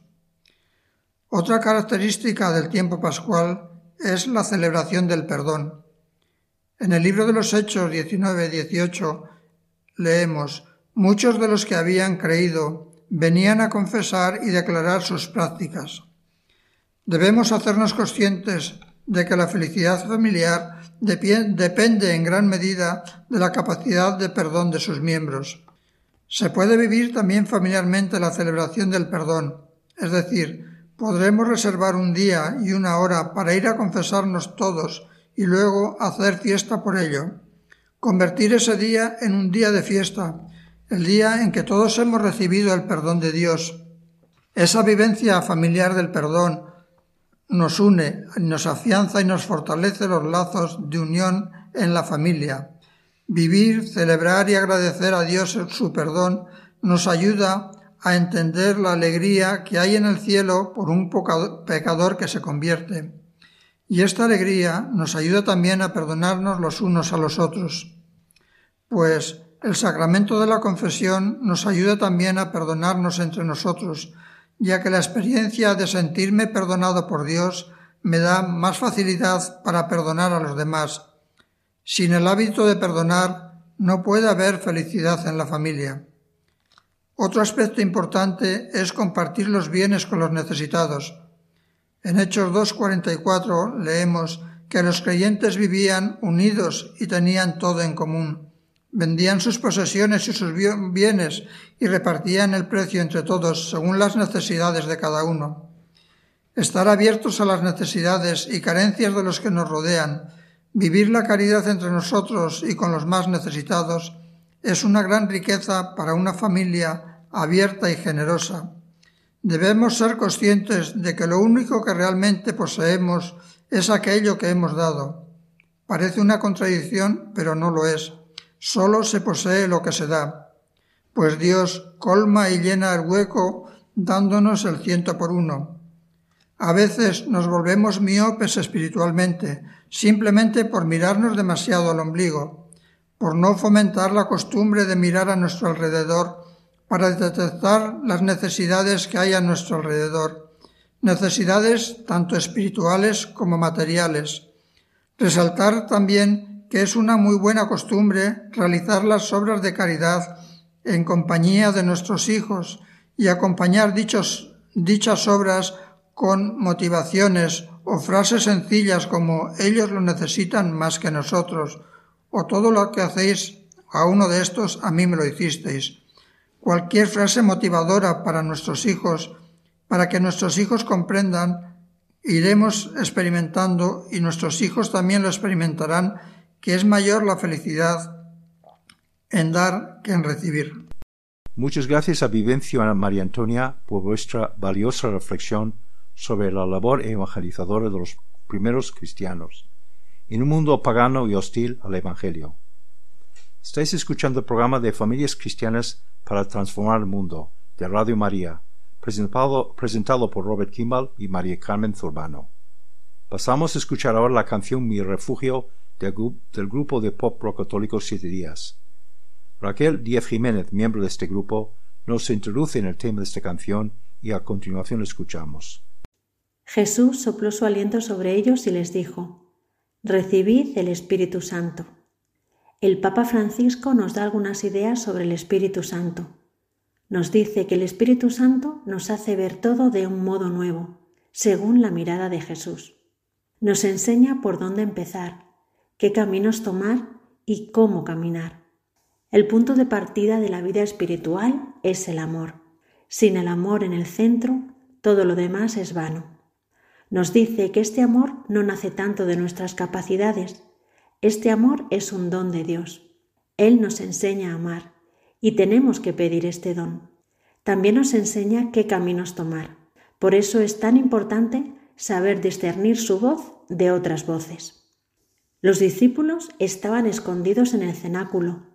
Otra característica del tiempo pascual es la celebración del perdón. En el libro de los Hechos diecinueve dieciocho leemos: muchos de los que habían creído venían a confesar y declarar sus prácticas. Debemos hacernos conscientes de que la felicidad familiar depende en gran medida de la capacidad de perdón de sus miembros. Se puede vivir también familiarmente la celebración del perdón, es decir, podremos reservar un día y una hora para ir a confesarnos todos y luego hacer fiesta por ello. Convertir ese día en un día de fiesta, el día en que todos hemos recibido el perdón de Dios. Esa vivencia familiar del perdón nos une, nos afianza y nos fortalece los lazos de unión en la familia. Vivir, celebrar y agradecer a Dios su perdón nos ayuda a entender la alegría que hay en el cielo por un pecador que se convierte. Y esta alegría nos ayuda también a perdonarnos los unos a los otros, pues el sacramento de la confesión nos ayuda también a perdonarnos entre nosotros, ya que la experiencia de sentirme perdonado por Dios me da más facilidad para perdonar a los demás. Sin el hábito de perdonar, no puede haber felicidad en la familia. Otro aspecto importante es compartir los bienes con los necesitados. En Hechos dos cuarenta y cuatro leemos que los creyentes vivían unidos y tenían todo en común. Vendían sus posesiones y sus bienes y repartían el precio entre todos según las necesidades de cada uno. Estar abiertos a las necesidades y carencias de los que nos rodean, vivir la caridad entre nosotros y con los más necesitados, es una gran riqueza para una familia abierta y generosa. Debemos ser conscientes de que lo único que realmente poseemos es aquello que hemos dado. Parece una contradicción, pero no lo es. Solo se posee lo que se da, pues Dios colma y llena el hueco dándonos el ciento por uno. A veces nos volvemos miopes espiritualmente, simplemente por mirarnos demasiado al ombligo, por no fomentar la costumbre de mirar a nuestro alrededor para detectar las necesidades que hay a nuestro alrededor, necesidades tanto espirituales como materiales. Resaltar también que es una muy buena costumbre realizar las obras de caridad en compañía de nuestros hijos y acompañar dichos, dichas obras con motivaciones o frases sencillas como ellos lo necesitan más que nosotros, o todo lo que hacéis a uno de estos a mí me lo hicisteis. Cualquier frase motivadora para nuestros hijos, para que nuestros hijos comprendan, iremos experimentando y nuestros hijos también lo experimentarán, que es mayor la felicidad en dar que en recibir. Muchas gracias a Vivencio y a María Antonia por vuestra valiosa reflexión sobre la labor evangelizadora de los primeros cristianos en un mundo pagano y hostil al Evangelio. Estáis escuchando el programa de Familias Cristianas para Transformar el Mundo, de Radio María, presentado, presentado por Robert Kimball y María Carmen Zurbano. Pasamos a escuchar ahora la canción Mi Refugio del, del grupo de pop rock católico Siete Días. Raquel Díaz Jiménez, miembro de este grupo, nos introduce en el tema de esta canción y a continuación lo escuchamos. Jesús sopló su aliento sobre ellos y les dijo: «Recibid el Espíritu Santo». El Papa Francisco nos da algunas ideas sobre el Espíritu Santo. Nos dice que el Espíritu Santo nos hace ver todo de un modo nuevo, según la mirada de Jesús. Nos enseña por dónde empezar, qué caminos tomar y cómo caminar. El punto de partida de la vida espiritual es el amor. Sin el amor en el centro, todo lo demás es vano. Nos dice que este amor no nace tanto de nuestras capacidades. Este amor es un don de Dios. Él nos enseña a amar y tenemos que pedir este don. También nos enseña qué caminos tomar. Por eso es tan importante saber discernir su voz de otras voces. Los discípulos estaban escondidos en el cenáculo.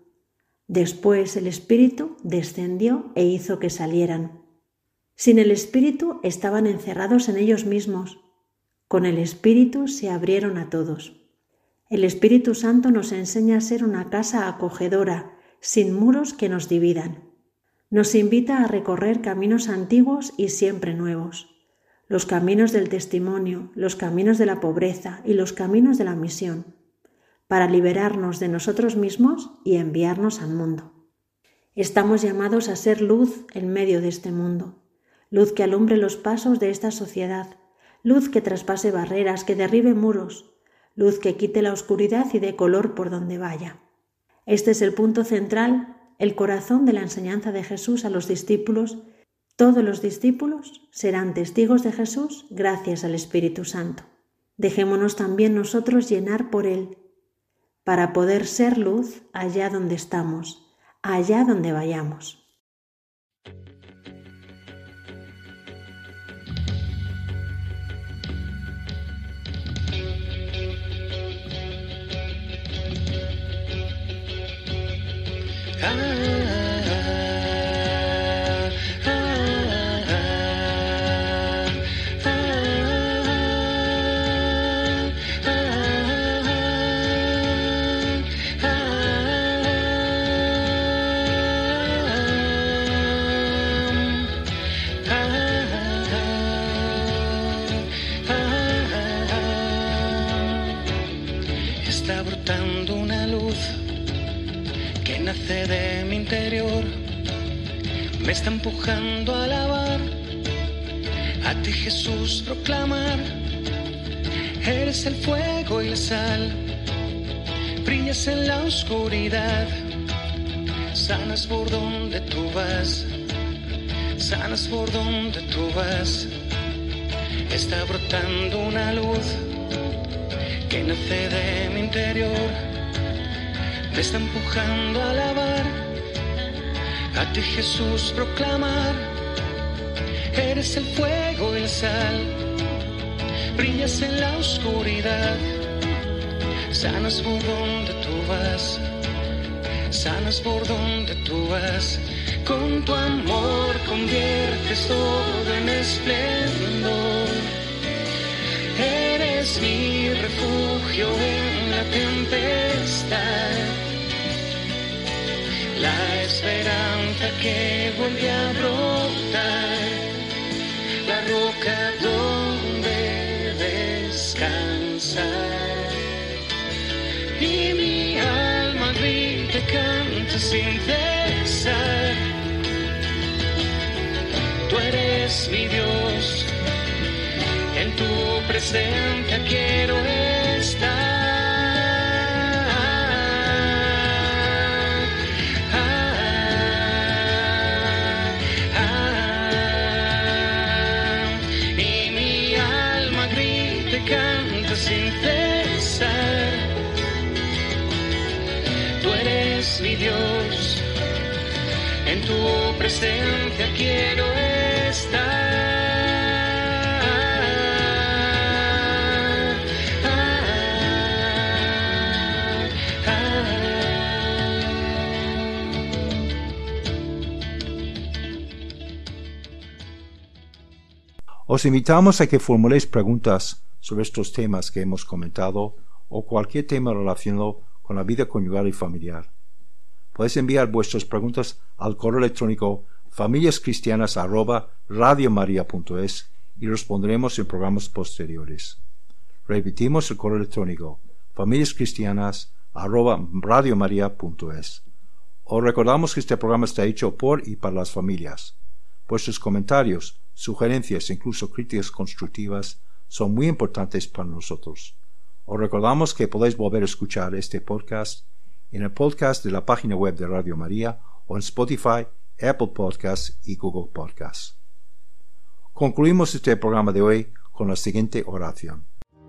Después el Espíritu descendió e hizo que salieran. Sin el Espíritu estaban encerrados en ellos mismos. Con el Espíritu se abrieron a todos. El Espíritu Santo nos enseña a ser una casa acogedora, sin muros que nos dividan. Nos invita a recorrer caminos antiguos y siempre nuevos, los caminos del testimonio, los caminos de la pobreza y los caminos de la misión, para liberarnos de nosotros mismos y enviarnos al mundo. Estamos llamados a ser luz en medio de este mundo, luz que alumbre los pasos de esta sociedad, luz que traspase barreras, que derribe muros, luz que quite la oscuridad y dé color por donde vaya. Este es el punto central, el corazón de la enseñanza de Jesús a los discípulos. Todos los discípulos serán testigos de Jesús gracias al Espíritu Santo. Dejémonos también nosotros llenar por Él, para poder ser luz allá donde estamos, allá donde vayamos. Ah nace de mi interior, me está empujando a alabar, a ti Jesús proclamar. Eres el fuego y la sal, brillas en la oscuridad, sanas por donde tú vas, sanas por donde tú vas. Está brotando una luz que nace de mi interior, me está empujando a alabar, a ti Jesús proclamar. Eres el fuego y la sal, brillas en la oscuridad, sanas por donde tú vas, sanas por donde tú vas. Con tu amor conviertes todo en esplendor, eres mi refugio en la tempestad, la esperanza que vuelve a brotar, la roca donde descansar. Y mi alma grita, canta sin cesar. Tú eres mi Dios, en tu presencia quiero estar. Canta sin cesar. Tú eres mi Dios, en tu presencia quiero estar. Os invitamos a que formuléis preguntas sobre estos temas que hemos comentado o cualquier tema relacionado con la vida conyugal y familiar. Podéis enviar vuestras preguntas al correo electrónico familiascristianas arroba radiomaria punto es y responderemos en programas posteriores. Repetimos el correo electrónico familiascristianas arroba radiomaria punto es. Os recordamos que este programa está hecho por y para las familias. Vuestros comentarios, sugerencias e incluso críticas constructivas son muy importantes para nosotros. Os recordamos que podéis volver a escuchar este podcast en el podcast de la página web de Radio María o en Spotify, Apple Podcasts y Google Podcasts. Concluimos este programa de hoy con la siguiente oración.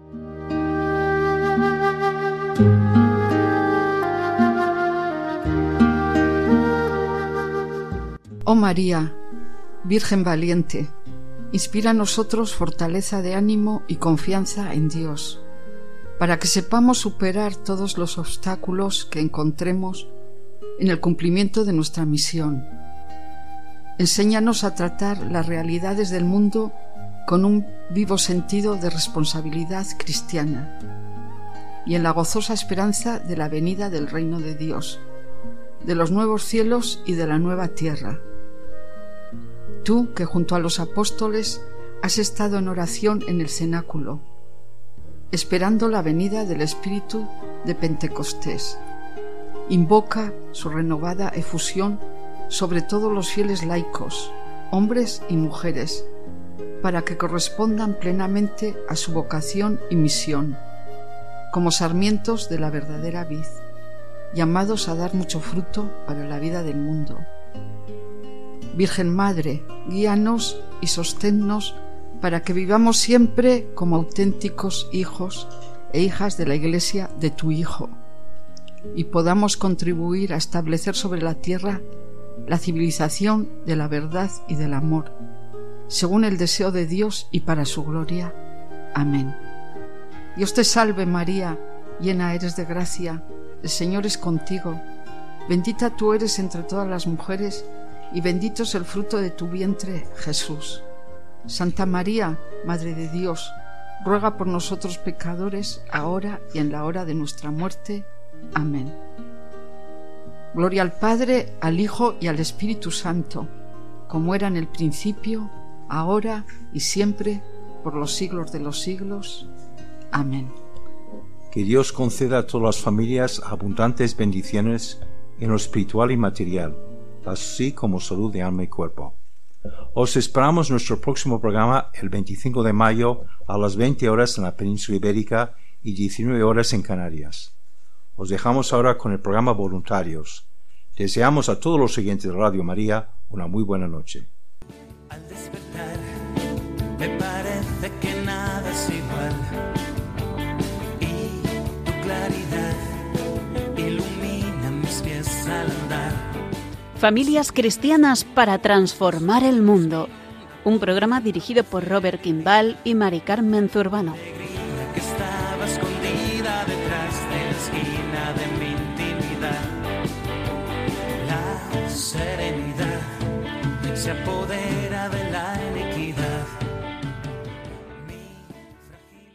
Oh María, Virgen valiente, inspira a nosotros fortaleza de ánimo y confianza en Dios, para que sepamos superar todos los obstáculos que encontremos en el cumplimiento de nuestra misión. Enséñanos a tratar las realidades del mundo con un vivo sentido de responsabilidad cristiana y en la gozosa esperanza de la venida del reino de Dios, de los nuevos cielos y de la nueva tierra. Tú, que junto a los apóstoles has estado en oración en el cenáculo, esperando la venida del Espíritu de Pentecostés, invoca su renovada efusión sobre todos los fieles laicos, hombres y mujeres, para que correspondan plenamente a su vocación y misión, como sarmientos de la verdadera vid, llamados a dar mucho fruto para la vida del mundo. Virgen Madre, guíanos y sosténnos para que vivamos siempre como auténticos hijos e hijas de la Iglesia de tu Hijo y podamos contribuir a establecer sobre la tierra la civilización de la verdad y del amor, según el deseo de Dios y para su gloria. Amén. Dios te salve María, llena eres de gracia, el Señor es contigo, bendita tú eres entre todas las mujeres y bendito es el fruto de tu vientre, Jesús. Santa María, Madre de Dios, ruega por nosotros pecadores, ahora y en la hora de nuestra muerte. Amén. Gloria al Padre, al Hijo y al Espíritu Santo, como era en el principio, ahora y siempre, por los siglos de los siglos. Amén. Que Dios conceda a todas las familias abundantes bendiciones en lo espiritual y material, así como salud de alma y cuerpo. Os esperamos en nuestro próximo programa el veinticinco de mayo a las veinte horas en la península ibérica y diecinueve horas en Canarias. Os dejamos ahora con el programa Voluntarios. Deseamos a todos los siguientes de Radio María una muy buena noche. Al despertar, me parece que nada es igual. Y tu claridad ilumina mis pies al andar. Familias Cristianas para Transformar el Mundo. Un programa dirigido por Robert Kimball y Mari Carmen Zurbano. Que estaba escondida detrás de la esquina de mi intimidad. La serenidad se apodera